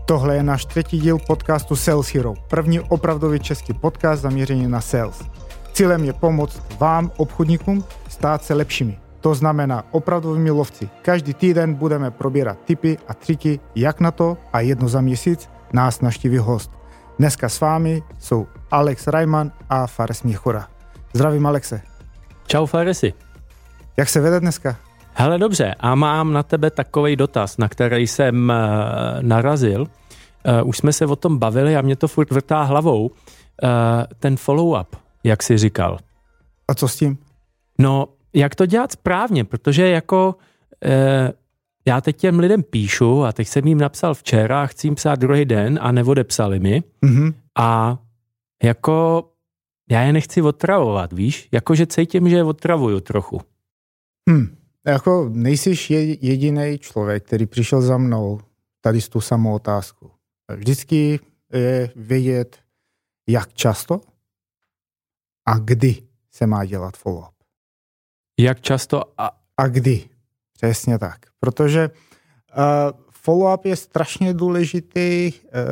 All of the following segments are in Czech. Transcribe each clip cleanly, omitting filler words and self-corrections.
Tohle je náš 3. díl podcastu Sales Hero, první opravdový český podcast zaměřený na sales. Cílem je pomoct vám, obchodníkům, stát se lepšími. To znamená opravdovými lovci. Každý týden budeme probírat tipy a triky, jak na to, a jednou za měsíc nás navštíví host. Dneska s vámi jsou Alex Reimann a Fares Měchura. Zdravím, Alexe. Čau, Faresi. Jak se vede dneska? Hele, dobře, a mám na tebe takovej dotaz, na který jsem narazil. Už jsme se o tom bavili a mě to furt vrtá hlavou. Ten follow-up, jak jsi říkal. A co s tím? No, jak to dělat správně, protože jako já teď těm lidem píšu a teď jsem jim napsal včera a chci jim psát druhý den a neodepsali mi. Mm-hmm. A jako já je nechci otravovat, víš? Jakože cítím, že je otravuju trochu. Jako nejsiš jediný člověk, který přišel za mnou tady s tu samou otázku. Vždycky je vědět, jak často a kdy se má dělat follow-up. Jak často a kdy. Přesně tak. Protože follow-up je strašně důležitý,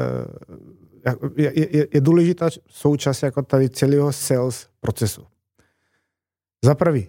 je důležitá součást jako tady celého sales procesu. Za prvý,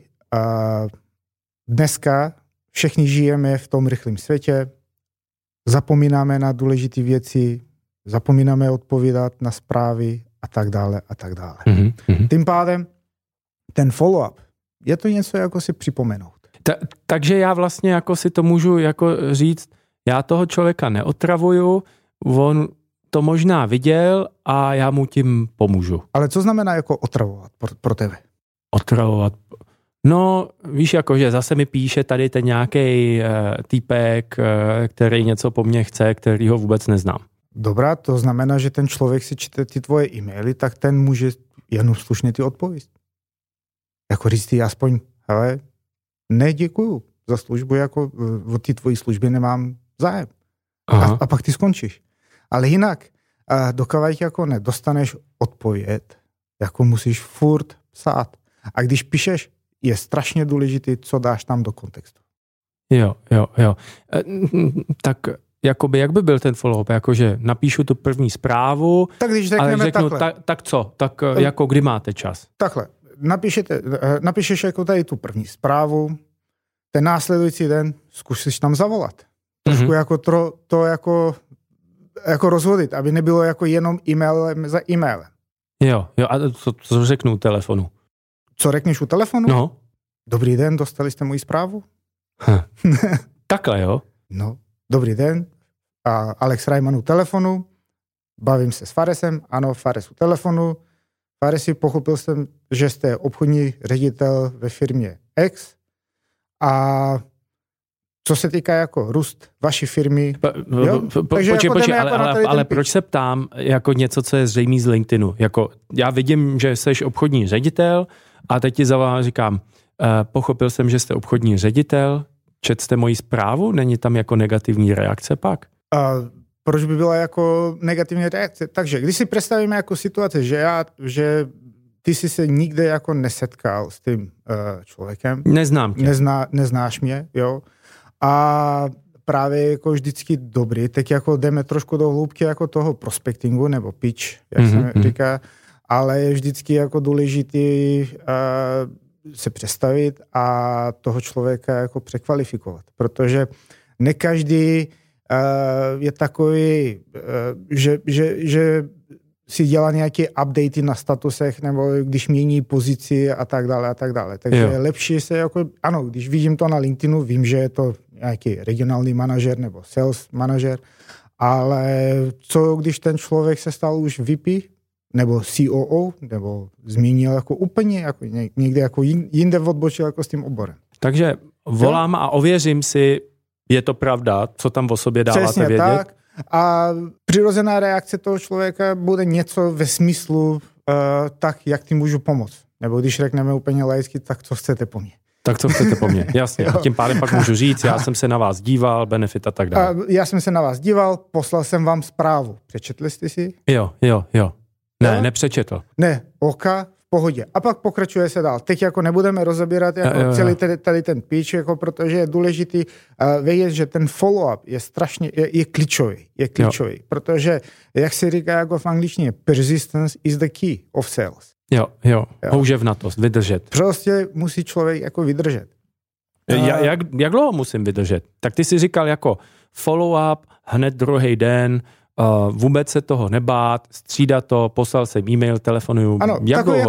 dneska všichni žijeme v tom rychlém světě, zapomínáme na důležité věci, zapomínáme odpovídat na zprávy a tak dále a tak dále. Mm-hmm. Tím pádem ten follow-up je to něco jako si připomenout. Takže já vlastně jako si to můžu jako říct, já toho člověka neotravuju, on to možná viděl a já mu tím pomůžu. Ale co znamená jako otravovat pro tebe? Otravovat? No, víš, jakože zase mi píše tady ten nějaký týpek, který něco po mně chce, který ho vůbec neznám. Dobrá, to znamená, že ten člověk si čte ty tvoje e-maily, tak ten může jenom slušně ty odpovědět. Jako říct ty aspoň, hele, ne, děkuju za službu, jako od ty tvojí služby nemám zájem. A pak ty skončíš. Ale jinak, dokud jako nedostaneš odpověď, jako musíš furt psát. A když píšeš, je strašně důležitý, co dáš tam do kontextu. Jo. Tak jakoby, jak by byl ten follow-up? Jakože napíšu tu první zprávu, tak když řekneme ale řeknu, takhle. Tak co? Tak jako kdy máte čas? Takhle. Napíšeš jako tady tu první zprávu, ten následující den zkusíš tam zavolat. Trošku jako to jako rozhodit, aby nebylo jako jenom e-mailem za e-mailem. Jo, a co řeknu telefonu? Co řekneš u telefonu? No. Dobrý den, dostali jste moji zprávu? Takhle, jo? No, dobrý den. A Alex Reimann u telefonu. Bavím se s Faresem. Ano, Fares u telefonu. Faresi, pochopil jsem, že jste obchodní ředitel ve firmě X. A co se týká jako růst vaší firmy... Počkej, ale proč se ptám jako něco, co je zřejmé z LinkedInu? Jako, já vidím, že jsi obchodní ředitel a teď ti zavolám a říkám, pochopil jsem, že jste obchodní ředitel, četl jste moji zprávu? Není tam jako negativní reakce pak? Proč by byla jako negativní reakce? Takže když si představíme jako situaci, že ty jsi se nikde jako nesetkal s tím člověkem. Neznám tě. Neznáš mě, jo. A právě jako vždycky dobrý, tak jako jdeme trošku do hloubky jako toho prospectingu nebo pitch, jak se říká, ale je vždycky jako důležitý se představit a toho člověka jako překvalifikovat, protože ne každý je takový, že si dělá nějaké updaty na statusech nebo když mění pozici a tak dále a tak dále. Takže je lepší se jako, ano, když vidím to na LinkedInu, vím, že je to nějaký regionální manažer nebo sales manažer, ale co když ten člověk se stal už VP nebo COO nebo změnil jako úplně jako někde jako jinde odbočil jako s tím oborem. Takže volám a ověřím si, je to pravda, co tam o sobě dáváte přesně vědět? Tak. A přirozená reakce toho člověka bude něco ve smyslu tak, jak ti můžu pomoct. Nebo když řekneme úplně laicky, tak co chcete po mně. Tak co chcete po mně, jasně. A tím pádem pak můžu říct, já jsem se na vás díval, benefit a tak dále. Já jsem se na vás díval, poslal jsem vám zprávu. Přečetli jste si? Jo. Ne, nepřečetl. Ne, oka v pohodě. A pak pokračuje se dál. Teď jako nebudeme rozebírat jako celý tady ten pitch, jako protože je důležitý vědět, že ten follow-up je strašně, je klíčový. Je klíčový, protože, jak se říká jako v angličtině, persistence is the key of sales. Jo. Houževnatost, vydržet. Prostě musí člověk jako vydržet. Jak dlouho musím vydržet? Tak ty jsi říkal jako follow-up, hned druhý den, vůbec se toho nebát, střídat to, poslal jsem e-mail, telefonuju. Ano, jak dlouho?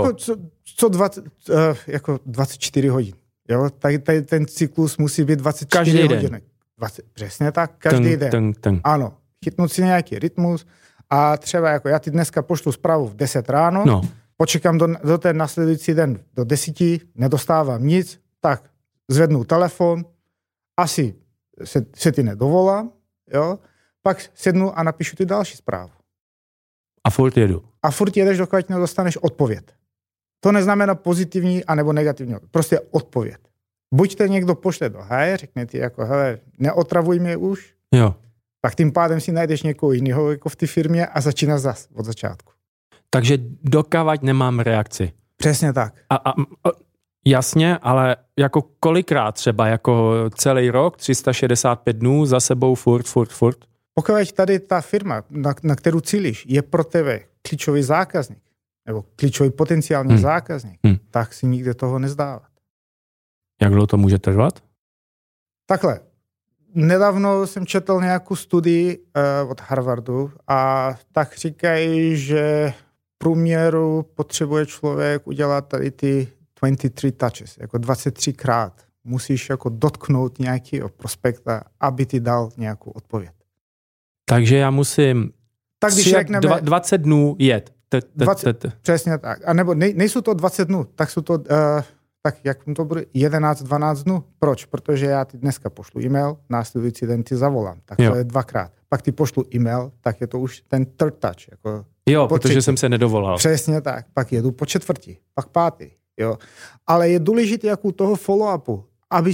Jako 24 hodin. Jo? Tady ten cyklus musí být 24 hodin. Přesně tak, každý den. Ano, chytnout si nějaký rytmus a třeba jako já ti dneska pošlu zprávu v 10 ráno, počekám do ten následující den do 10, nedostávám nic, tak zvednu telefon, asi se ti nedovolám, jo? Pak sednu a napíšu ty další zprávu. A furt jedu. A furt jedeš, dokud nedostaneš odpověď. To neznamená pozitivní anebo negativní. Prostě odpověď. Buď te někdo pošle do háje, řekne ti jako, hele, neotravuj mě už. Jo. Tak tím pádem si najdeš někoho jiného jako v té firmě a začínáš zas od začátku. Takže dokavať nemám reakci. Přesně tak. A jasně, ale jako kolikrát třeba, jako celý rok, 365 dnů, za sebou furt? Pokud tady ta firma, na kterou cílíš, je pro tebe klíčový zákazník, nebo klíčový potenciální zákazník, tak si nikde toho nezdávat. Jak dlouho to může trvat? Takhle. Nedávno jsem četl nějakou studii od Harvardu a tak říkají, že v průměru potřebuje člověk udělat tady ty 23 touches, jako 23krát. Musíš jako dotknout nějakého prospekta, aby ti dal nějakou odpověď. Takže já musím 20 dnů jet. 20, přesně tak. A nebo nejsou to 20 dnů, tak jsou to, tak jak to bude, 11-12 dnů. Proč? Protože já ti dneska pošlu e-mail, následující den ti zavolám. Tak to je 2krát. Pak ti pošlu e-mail, tak je to už ten third touch. Jako protože jsem se nedovolal. Přesně tak. Pak jedu po 4., pak 5. Jo. Ale je důležité jako u toho follow-upu, aby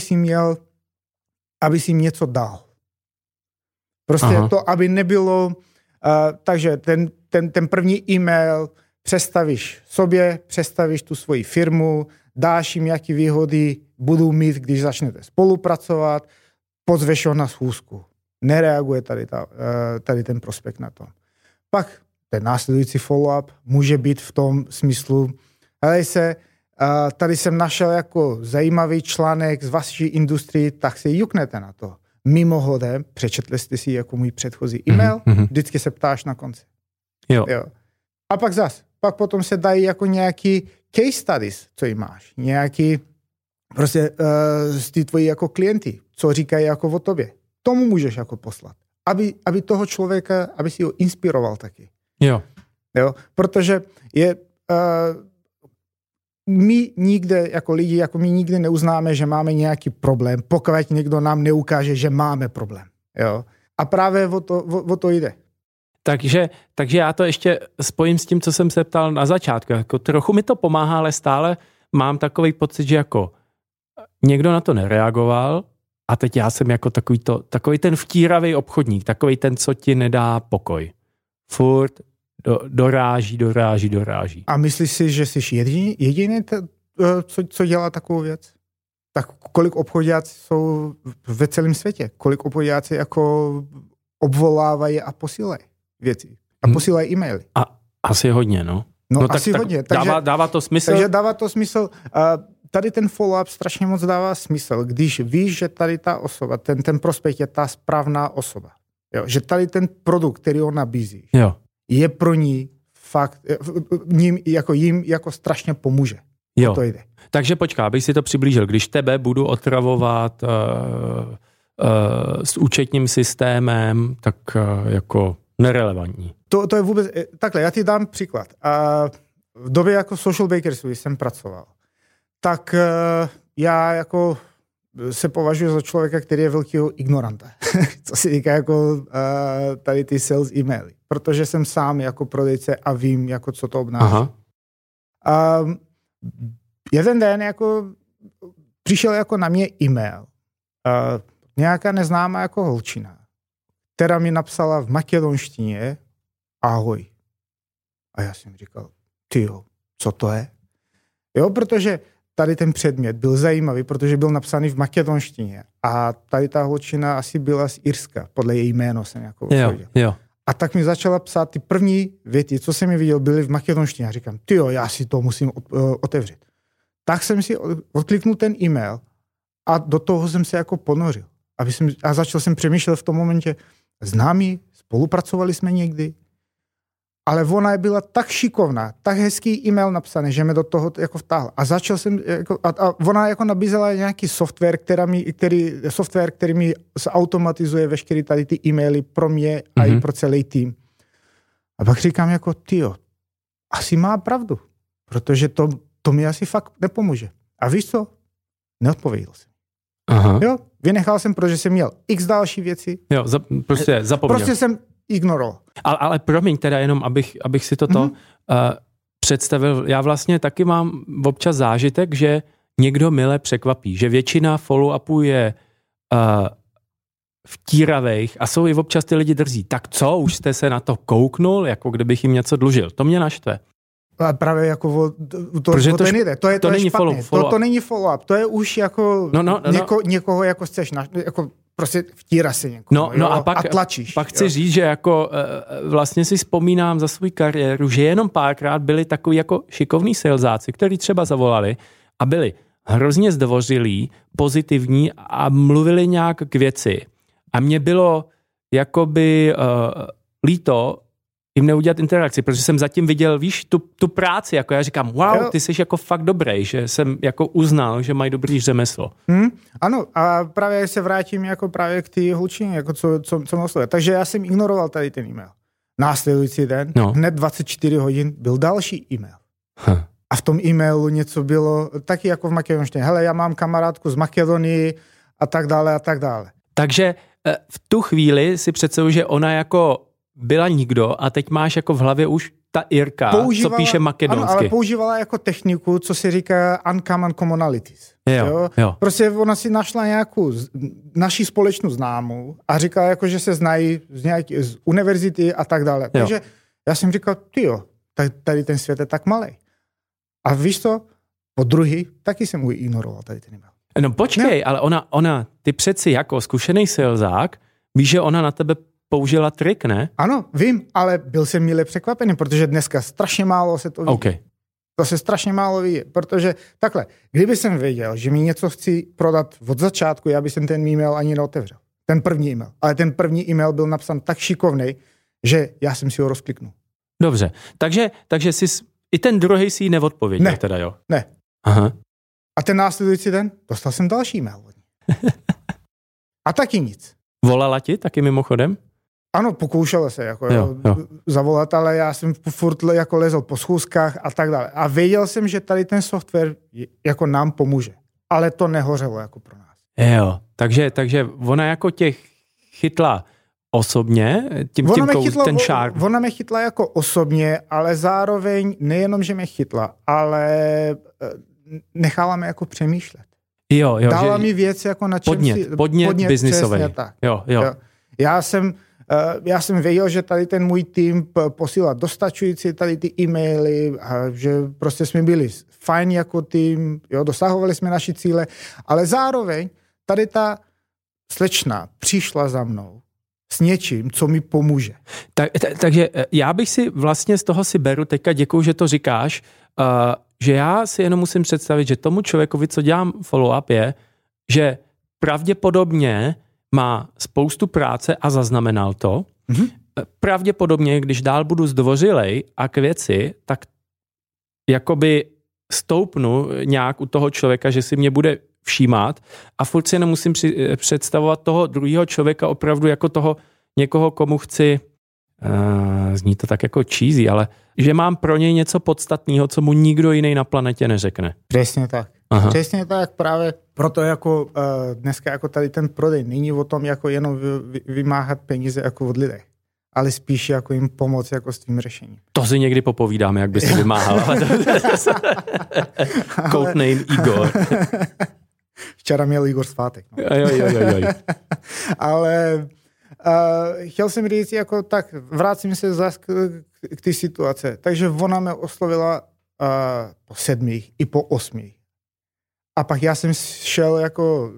si něco dal. Prostě to, aby nebylo, takže ten první e-mail představíš sobě, představíš tu svoji firmu, dáš jim, jaký výhody budou mít, když začnete spolupracovat, pozveš ho na schůzku. Nereaguje tady ten prospekt na to. Pak ten následující follow-up může být v tom smyslu, hele se, tady jsem našel jako zajímavý článek z vaší industrie, tak se juknete na to. Mimochodem, přečetli jste si jako můj předchozí e-mail, vždycky se ptáš na konci. Jo. A pak potom se dají jako nějaký case studies, co jí máš. Nějaký prostě z ty tvojí jako klienty, co říkají jako o tobě. Tomu můžeš jako poslat. Aby toho člověka, aby si ho inspiroval taky. Jo. Protože je my nikde jako lidi, jako my nikdy neuznáme, že máme nějaký problém, pokud někdo nám neukáže, že máme problém. Jo? A právě o to jde. Takže já to ještě spojím s tím, co jsem se ptal na začátku. Jako trochu mi to pomáhá, ale stále mám takový pocit, že jako někdo na to nereagoval a teď já jsem jako takový ten vtíravý obchodník, takový ten, co ti nedá pokoj. Furt doráží. A myslíš si, že jsi jediný, co dělá takovou věc? Tak kolik obchodáci jsou ve celém světě? Kolik obchodáci jako obvolávají a posílají věci? A posílají e-maily? A asi hodně, no. No asi hodně. Takže, dává to smysl? Takže dává to smysl. Tady ten follow-up strašně moc dává smysl, když víš, že tady ta osoba, ten prospekt je ta správná osoba. Jo? Že tady ten produkt, který on nabízí, je pro ní fakt, jim jako strašně pomůže. Jo. To jde. Takže počká, abych si to přiblížil. Když tebe budu otravovat s účetním systémem, tak jako nerelevantní. To je vůbec, takhle, já ti dám příklad. V době jako social bakerství jsem pracoval. Tak já jako se považuji za člověka, který je velkého ignoranta. Co se týká jako tady ty sales e-maily. Protože jsem sám jako prodejce a vím, jako co to obnáší. Jeden den jako přišel jako na mě e-mail. Nějaká neznámá jako holčina, která mi napsala v makedonštině ahoj. A já jsem říkal, tyjo, co to je? Jo, protože tady ten předmět byl zajímavý, protože byl napsaný v makedonštině a tady ta holčina asi byla z Irska, podle její jméno jsem jako jo. A tak mi začala psát ty první věty, co jsem mi viděl, byly v makedonštině. A říkám, tyjo, já si to musím otevřít. Tak jsem si odkliknul ten e-mail a do toho jsem se jako ponořil. A začal jsem přemýšlet v tom momentě, známí, spolupracovali jsme někdy, ale ona byla tak šikovná, tak hezký e-mail napsaný, že mě do toho jako vtáhla. A začal jsem, a ona jako nabízela nějaký software, který mi zautomatizuje veškeré tady ty e-maily pro mě a i pro celý tým. A pak říkám jako, tyjo, asi má pravdu, protože to mi asi fakt nepomůže. A víš co? Neodpověděl jsem. Aha. Jo, vynechal jsem, protože jsem měl x další věci. Jo, prostě zapomněl. Prostě jsem ignoroval. Ale promiň teda jenom, abych si toto představil. Já vlastně taky mám občas zážitek, že někdo mile překvapí, že většina follow-upů je vtíravejch a jsou i občas ty lidi drzí. Tak co, už jste se na to kouknul, jako kdybych jim něco dlužil. To mě naštve. A právě jako to nejde. To není špatné. To není follow-up. To je už jako někoho jako chceš, jako prostě vtírá se někoho a tlačíš. Pak chci říct, že jako vlastně si vzpomínám za svou kariéru, že jenom párkrát byli takový jako šikovní salesáci, kteří třeba zavolali a byli hrozně zdvořilí, pozitivní a mluvili nějak k věci. A mně bylo jakoby líto jim neudělat interakci, protože jsem zatím viděl, víš, tu práci, jako já říkám, wow, ty jsi jako fakt dobrý, že jsem jako uznal, že mají dobrý řemeslo. Ano, a právě se vrátím jako právě k té holčině, jako co nosuje. Takže já jsem ignoroval tady ten e-mail. Následující den, hned 24 hodin, byl další e-mail. A v tom e-mailu něco bylo taky jako v makedonštině. Hele, já mám kamarádku z Makedonii a tak dále a tak dále. Takže v tu chvíli si představuji, že ona jako byla nikdo a teď máš jako v hlavě už ta Irka, co píše makedonsky. Ano, ale používala jako techniku, co se říká uncommon commonalities. Jo. Prostě ona si našla nějakou naší společnou známou a říkala jako, že se znají z univerzity a tak dále. Takže já jsem říkal, tyjo, tady ten svět je tak malej. A víš co? Po druhý, taky jsem ignoroval tady ten e-mail. No počkej, ale ona, ty přeci jako zkušený salesák, víš, že ona na tebe použila trik, ne? Ano, vím, ale byl jsem mile překvapený, protože dneska strašně málo se to ví. Okay. To se strašně málo ví, protože takhle, kdyby jsem věděl, že mi něco chci prodat od začátku, já bych ten e-mail ani neotevřel. Ten první e-mail. Ale ten první e-mail byl napsán tak šikovnej, že já jsem si ho rozkliknul. Dobře, takže jsi i ten druhý si ji neodpověděl, teda jo? Ne. Aha. A ten následující den dostal jsem další e-mail. A taky nic. Volala ti taky mimochodem? Ano, pokoušela se jako zavolat, ale já jsem furt jako lezl po schůzkách a tak dále. A věděl jsem, že tady ten software jako nám pomůže. Ale to nehořelo jako pro nás. Jo, takže ona jako tě chytla osobně, ten šarm. Ona mě chytla jako osobně, ale zároveň nejenom, že mě chytla, ale nechala mě jako přemýšlet. Jo, dala mi věc jako na čem podnět biznisový. Jo. Já jsem věděl, že tady ten můj tým posílá dostačující tady ty e-maily a že prostě jsme byli fajn jako tým, dosahovali jsme naši cíle, ale zároveň tady ta slečna přišla za mnou s něčím, co mi pomůže. Takže já bych si vlastně z toho si beru, teďka děkuju, že to říkáš, že já si jenom musím představit, že tomu člověkovi, co dělám follow-up, je, že pravděpodobně má spoustu práce a zaznamenal to. Mm-hmm. Pravděpodobně, když dál budu zdvořilej a k věci, tak jakoby stoupnu nějak u toho člověka, že si mě bude všímat a furt si nemusím představovat toho druhého člověka opravdu jako toho někoho, komu chci, zní to tak jako cheesy, ale že mám pro něj něco podstatného, co mu nikdo jiný na planetě neřekne. Přesně tak. Aha. Přesně tak, právě proto jako dneska jako tady ten prodej není o tom jako jenom vymáhat peníze jako od lidí, ale spíš jako jim pomoct jako s tím řešením. To si někdy popovídáme, jak bys to vymáhal. Code name Igor. Včera měl Igor svátek. No. Jo. Ale chtěl jsem říct, jako tak vrátím se zase k té situace. Takže ona mě oslovila po 7 i po 8. A pak já jsem šel jako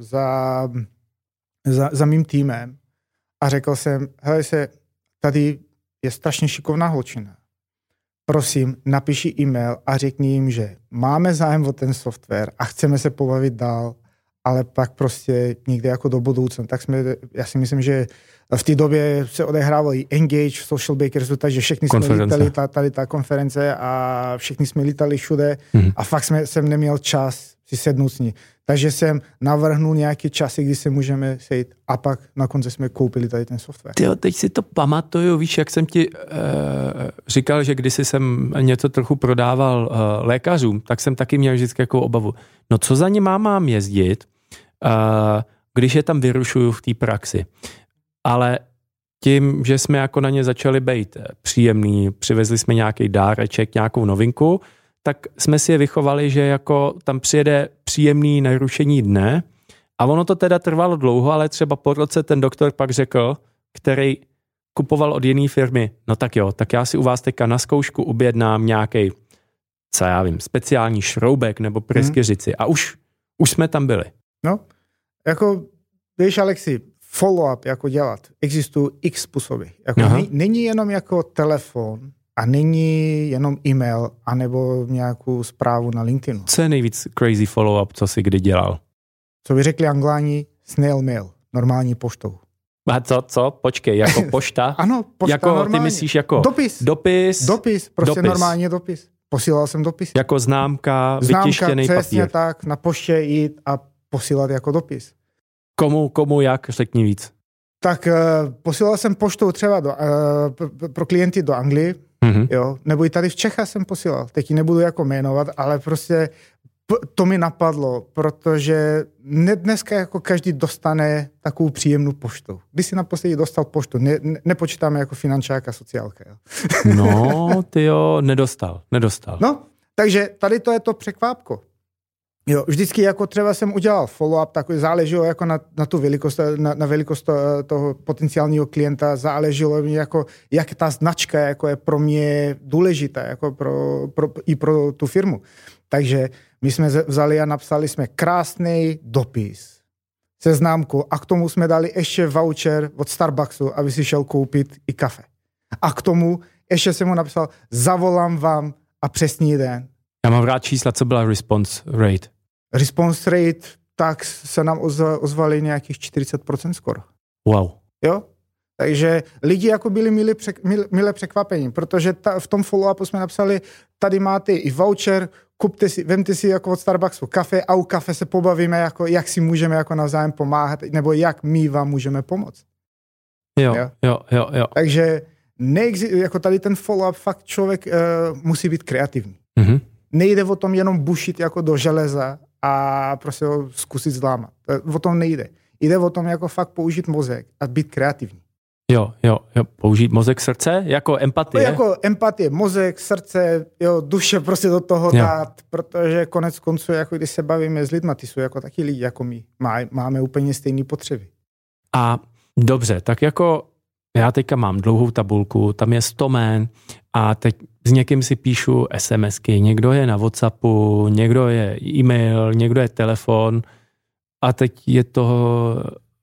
za mým týmem a řekl jsem, hele se, tady je strašně šikovná holčina. Prosím, napiši e-mail a řekni jim, že máme zájem o ten software a chceme se pobavit dál, ale pak prostě někde jako do budoucna. Tak já si myslím, že v té době se odehrávali Engage, Social Bakersu, takže všichni jsme lítali, tady ta konference a všichni jsme lítali všude a fakt jsem neměl čas si sednout s ní. Takže jsem navrhnul nějaké časy, kdy se můžeme sejít a pak na konci jsme koupili tady ten software. Tyjo, teď si to pamatuju, víš, jak jsem ti říkal, že kdysi jsem něco trochu prodával lékařům, tak jsem taky měl vždycky jako obavu. No co za nima mám jezdit, když je tam vyrušuju v té praxi. Ale tím, že jsme jako na ně začali být příjemný, přivezli jsme nějaký dáreček, nějakou novinku, tak jsme si je vychovali, že jako tam přijede příjemný narušení dne a ono to teda trvalo dlouho, ale třeba po roce ten doktor pak řekl, který kupoval od jiné firmy, no tak jo, tak já si u vás teďka na zkoušku objednám nějaký, co já vím, speciální šroubek nebo pryskyřici a už jsme tam byli. No, jako, víš, Alexi, follow-up jako dělat, existují x způsoby. Jako není jenom jako telefon, a není jenom e-mail, anebo nějakou zprávu na LinkedInu. Co je nejvíc crazy follow-up, co jsi kdy dělal? Co by řekli Angláni? Snail mail, normální poštou. A co? Počkej, jako pošta? Ano, pošta jako, normálně. Ty myslíš jako Dopis, prostě normálně dopis. Posílal jsem dopis. Jako známka, vytištěný papír. Přesně tak, na poště jít a posílat jako dopis. Komu jak, řekni víc. Tak posílal jsem poštou třeba pro klienty do Anglie, jo, nebo i tady v Čechách jsem posílal, teď ji nebudu jako jmenovat, ale prostě to mi napadlo, protože dneska jako každý dostane takovou příjemnou poštu. Když si naposledy dostal poštu, nepočítáme jako finančák a sociálka. Jo. No, tyjo, nedostal. No, takže tady to je to překvápko. Jo, vždycky jako třeba jsem udělal follow-up, takový záleželo jako na tu velikost, na velikost toho potenciálního klienta, záleželo mi jako, jak ta značka jako je pro mě důležitá, jako i pro tu firmu. Takže my jsme vzali a napsali jsme krásný dopis se známkou a k tomu jsme dali ještě voucher od Starbucksu, aby si šel koupit i kafe. A k tomu ještě jsem mu napsal, zavolám vám a přesný den. Já mám rád čísla, co byla response rate. Response rate, tak se nám ozvali nějakých 40% skoro. Wow. Jo? Takže lidi jako byli milé překvapení, protože v tom follow-upu jsme napsali, tady máte i voucher, vemte si jako od Starbucksu kafe a u kafe se pobavíme, jako, jak si můžeme jako navzájem pomáhat, nebo jak my vám můžeme pomoct. Jo. Takže jako tady ten follow-up, fakt člověk musí být kreativní. Mm-hmm. Nejde o tom jenom bušit jako do železa a prostě ho zkusit zlámat. O tom nejde. Jde o tom jako fakt použít mozek a být kreativní. Jo. Použít mozek, srdce? Jako empatie? Jako empatie, mozek, srdce, jo, duše prostě do toho dát, protože konec konců, jako když se bavíme s lidma, ty jsou jako taky lidi, jako my. Máme úplně stejné potřeby. A dobře, tak jako já teďka mám dlouhou tabulku, tam je 100 jmén a teď s někým si píšu SMSky, někdo je na WhatsAppu, někdo je e-mail, někdo je telefon a teď je toho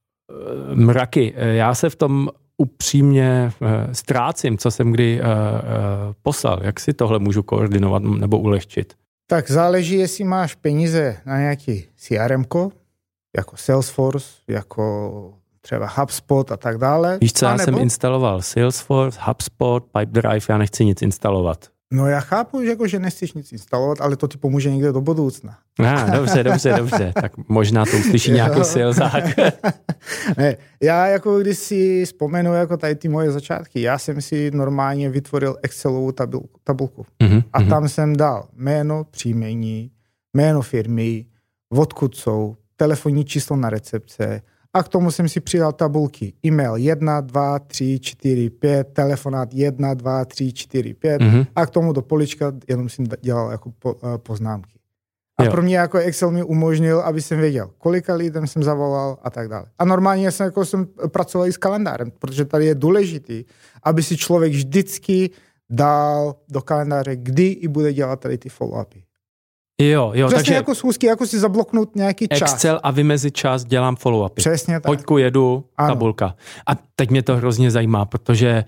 mraky. Já se v tom upřímně ztrácím, co jsem kdy poslal. Jak si tohle můžu koordinovat nebo ulehčit? Tak záleží, jestli máš peníze na nějaký CRM-ko, jako Salesforce, jako třeba HubSpot a tak dále. Víš co, já jsem instaloval Salesforce, HubSpot, Pipedrive, já nechci nic instalovat. No já chápu, že nechceš nic instalovat, ale to ti pomůže někde do budoucna. Dobře. Tak možná to uslyší nějaký salesák. Ne, já jako když si vzpomenu jako tady ty moje začátky, já jsem si normálně vytvořil Excelovou tabulku. A tam jsem dal jméno, příjmení, jméno firmy, odkud jsou, telefonní číslo na recepce, a k tomu jsem si přidal tabulky. E-mail 1, 2, 3, 4, 5, telefonát 1, 2, 3, 4, 5 a k tomu do polička jenom jsem dělal jako poznámky. A pro mě jako Excel mi umožnil, aby jsem věděl, kolika lidem jsem zavolal a tak dále. A normálně jsem pracoval i s kalendářem, protože tady je důležitý, aby si člověk vždycky dal do kalendáře, kdy i bude dělat tady ty follow-upy. Jo, přesně takže jako schůzky, jako si zabloknout nějaký čas. Excel a vymezit čas, dělám follow-upy. Přesně tak. Hoďku, jedu, tabulka. A teď mě to hrozně zajímá, protože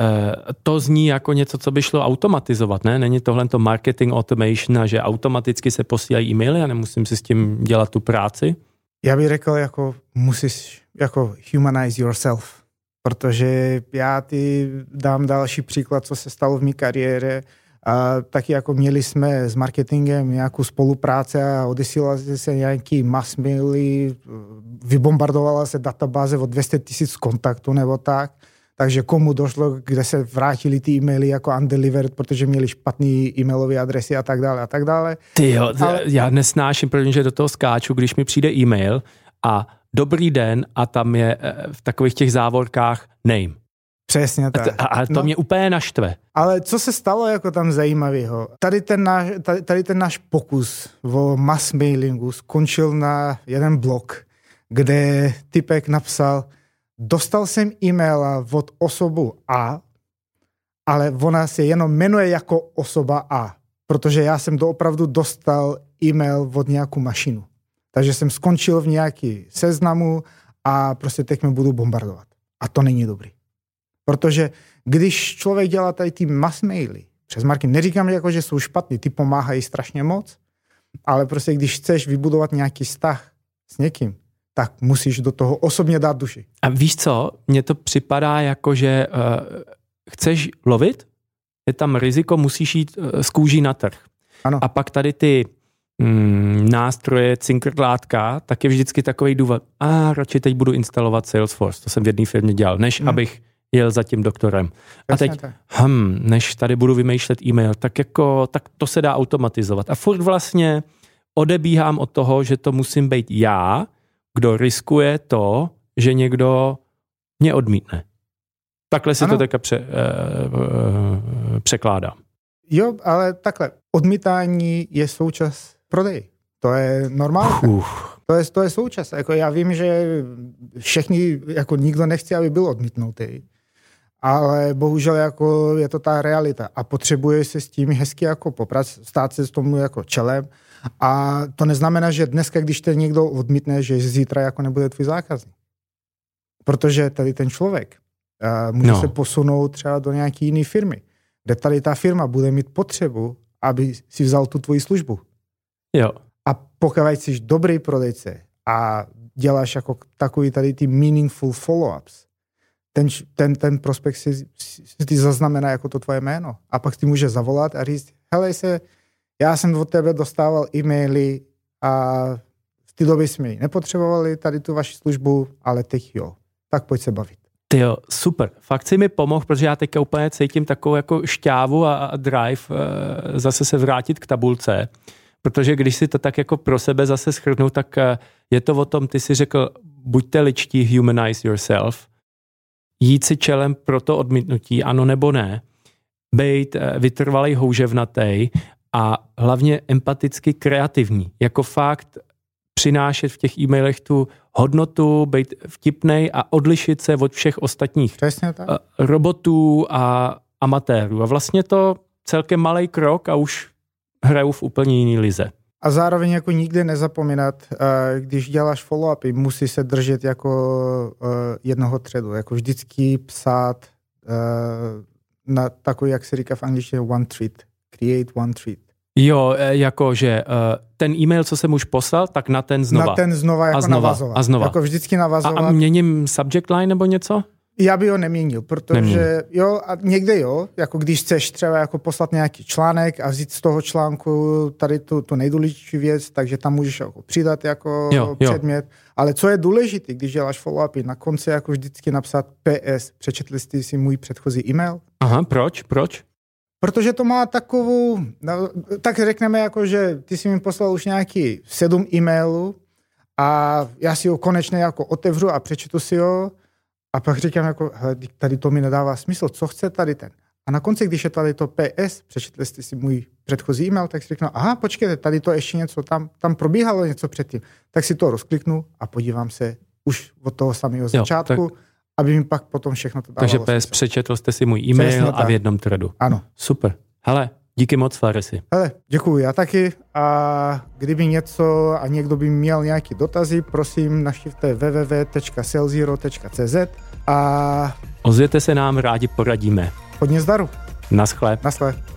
to zní jako něco, co by šlo automatizovat, ne? Není tohle to marketing automation a že automaticky se posílají e-maily a nemusím si s tím dělat tu práci? Já bych řekl, jako musíš jako humanize yourself, protože já ti dám další příklad, co se stalo v mé kariéře. A taky jako měli jsme s marketingem nějakou spolupráce a odesílali se nějaký mass maily, vybombardovala se databáze o 200 000 kontaktů nebo tak. Takže komu došlo, kde se vrátili ty e-maily jako undelivered, protože měli špatný e-mailové adresy a tak dále a tak dále. Já nesnáším, protože do toho skáču, když mi přijde e-mail a dobrý den a tam je v takových těch závorkách name. Přesně tak. A to mě úplně naštve. Ale co se stalo jako tam zajímavého? Tady ten náš pokus o mass mailingu skončil na jeden blog, kde typek napsal: dostal jsem e-maila od osobu A, ale ona se jenom jmenuje jako osoba A, protože já jsem doopravdu dostal e-mail od nějakou mašinu. Takže jsem skončil v nějaký seznamu a prostě teď mě budu bombardovat. A to není dobrý. Protože když člověk dělá tady ty mass maily přes marketing, neříkám, jako, že jsou špatný, ty pomáhají strašně moc, ale prostě když chceš vybudovat nějaký vztah s někým, tak musíš do toho osobně dát duši. A víš co, mně to připadá jako, že chceš lovit, je tam riziko, musíš jít z kůží na trh. Ano. A pak tady ty nástroje, cinkrtlátka, tak je vždycky takový důvod, radši teď budu instalovat Salesforce, to jsem v jedné firmě dělal, než abych jel za tím doktorem. A teď, než tady budu vymýšlet e-mail, tak to se dá automatizovat. A furt vlastně odebíhám od toho, že to musím být já, kdo riskuje to, že někdo mě odmítne. Takhle si to teďka překládám. Jo, ale takhle. Odmítání je součást prodeje. To je normální. To je součást. Jako já vím, že všichni, jako nikdo nechce, aby byl odmítnutý. Ale bohužel jako je to ta realita. A potřebuje se s tím hezky jako stát se s tomu jako čelem. A to neznamená, že dneska, když te někdo odmítne, že zítra jako nebude tvůj zákazník. Protože tady ten člověk může se posunout třeba do nějaké jiné firmy, kde tady ta firma bude mít potřebu, aby si vzal tu tvoji službu. Jo. A pokud jsi dobrý prodejce a děláš jako takový tady ty meaningful follow-ups, ten prospekt si zaznamená jako to tvoje jméno. A pak ti může zavolat a říct, hele já jsem od tebe dostával e-maily a v té době jsme nepotřebovali tady tu vaši službu, ale teď jo. Tak pojď se bavit. Tyjo, super. Fakt si mi pomohl, protože já teďka úplně cítím takovou jako šťávu a drive zase se vrátit k tabulce. Protože když si to tak jako pro sebe zase shrnu, tak je to o tom, ty si řekl, buďte ličtí, humanize yourself, jít si čelem pro to odmítnutí, ano nebo ne, bejt vytrvalej houževnatej a hlavně empaticky kreativní. Jako fakt přinášet v těch e-mailech tu hodnotu, být vtipnej a odlišit se od všech ostatních robotů a amatérů. A vlastně to celkem malej krok a už hraju v úplně jiný lize. A zároveň jako nikdy nezapomínat, když děláš follow-upy, musí se držet jako jednoho threadu. Jako vždycky psát na takový, jak se říká v angličtině, one thread. Create one thread. Jo, jakože ten e-mail, co jsem už poslal, tak na ten znova. Na ten znova jako navazovat. A znova. Jako vždycky navazovat. A měním subject line nebo něco? Já by ho neměnil, protože jo, a někde jo, jako když chceš třeba jako poslat nějaký článek a vzít z toho článku tady tu nejdůležitější věc, takže tam můžeš jako přidat jako předmět. Ale co je důležité, když děláš follow-upy, na konci jako vždycky napsat PS, přečetli jste si můj předchozí e-mail? Aha, proč? Protože to má takovou, tak řekneme jako, že ty si mi poslal už nějaký 7 e-mailů a já si ho konečně jako otevřu a přečtu si ho a pak říkám jako, tady to mi nedává smysl, co chce tady ten. A na konci, když je tady to PS, přečetli jste si můj předchozí e-mail, tak si řeknu, aha, počkejte, tady to ještě něco, tam probíhalo něco předtím. Tak si to rozkliknu a podívám se už od toho samého začátku aby mi pak potom všechno to dávalo. Takže PS přečetl jste si můj e-mail a v jednom threadu. Ano. Super. Hele, díky moc, Farisi. Hele, děkuji, já taky. A kdyby něco a někdo by měl nějaké dotazy, prosím, navštivte www.salezero.cz a ozvěte se nám, rádi poradíme. hodně zdaru. Naschle. Naschle.